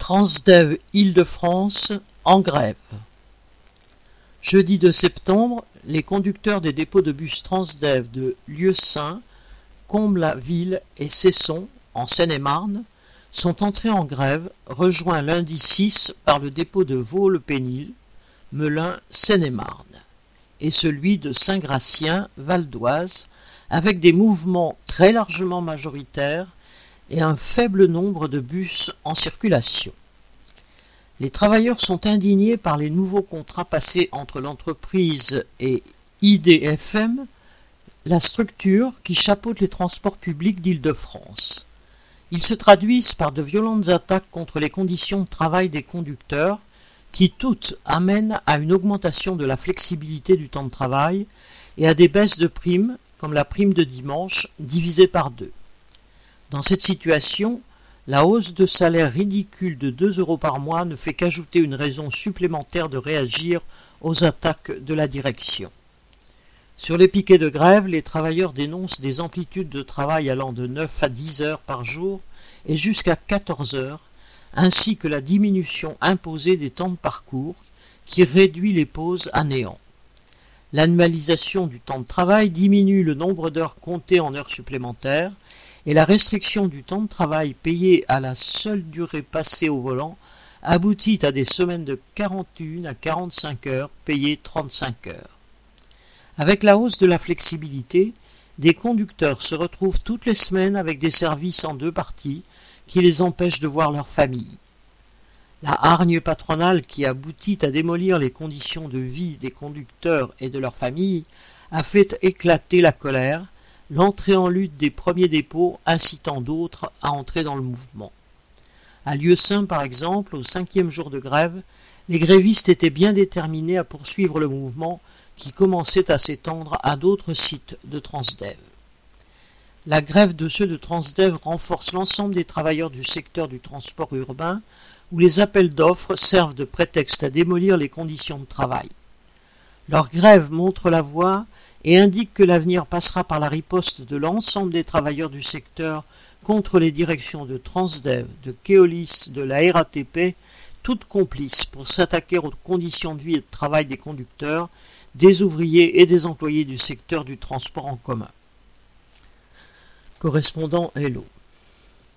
Transdev Île-de-France en grève. Jeudi 2 septembre, les conducteurs des dépôts de bus Transdev de Lieusaint, Combles-la-Ville et Cesson, en Seine-et-Marne, sont entrés en grève, rejoints lundi 6 par le dépôt de Vaux-le-Pénil, Melun, Seine-et-Marne, et celui de Saint-Gratien, Val d'Oise, avec des mouvements très largement majoritaires et un faible nombre de bus en circulation. Les travailleurs sont indignés par les nouveaux contrats passés entre l'entreprise et IDFM, la structure qui chapeaute les transports publics d'Île-de-France. Ils se traduisent par de violentes attaques contre les conditions de travail des conducteurs, qui toutes amènent à une augmentation de la flexibilité du temps de travail et à des baisses de primes, comme la prime de dimanche, divisée par 2. Dans cette situation, la hausse de salaire ridicule de 2 € par mois ne fait qu'ajouter une raison supplémentaire de réagir aux attaques de la direction. Sur les piquets de grève, les travailleurs dénoncent des amplitudes de travail allant de 9 à 10 heures par jour et jusqu'à 14 heures, ainsi que la diminution imposée des temps de parcours qui réduit les pauses à néant. L'annualisation du temps de travail diminue le nombre d'heures comptées en heures supplémentaires et la restriction du temps de travail payé à la seule durée passée au volant aboutit à des semaines de 41 à 45 heures payées 35 heures. Avec la hausse de la flexibilité, des conducteurs se retrouvent toutes les semaines avec des services en 2 parties qui les empêchent de voir leur famille. La hargne patronale qui aboutit à démolir les conditions de vie des conducteurs et de leurs familles a fait éclater la colère, l'entrée en lutte des premiers dépôts incitant d'autres à entrer dans le mouvement. À Lieusaint, par exemple, au 5e jour de grève, les grévistes étaient bien déterminés à poursuivre le mouvement qui commençait à s'étendre à d'autres sites de Transdev. La grève de ceux de Transdev renforce l'ensemble des travailleurs du secteur du transport urbain, où les appels d'offres servent de prétexte à démolir les conditions de travail. Leur grève montre la voie et indique que l'avenir passera par la riposte de l'ensemble des travailleurs du secteur contre les directions de Transdev, de Keolis, de la RATP, toutes complices pour s'attaquer aux conditions de vie et de travail des conducteurs, des ouvriers et des employés du secteur du transport en commun. Correspondant Hello.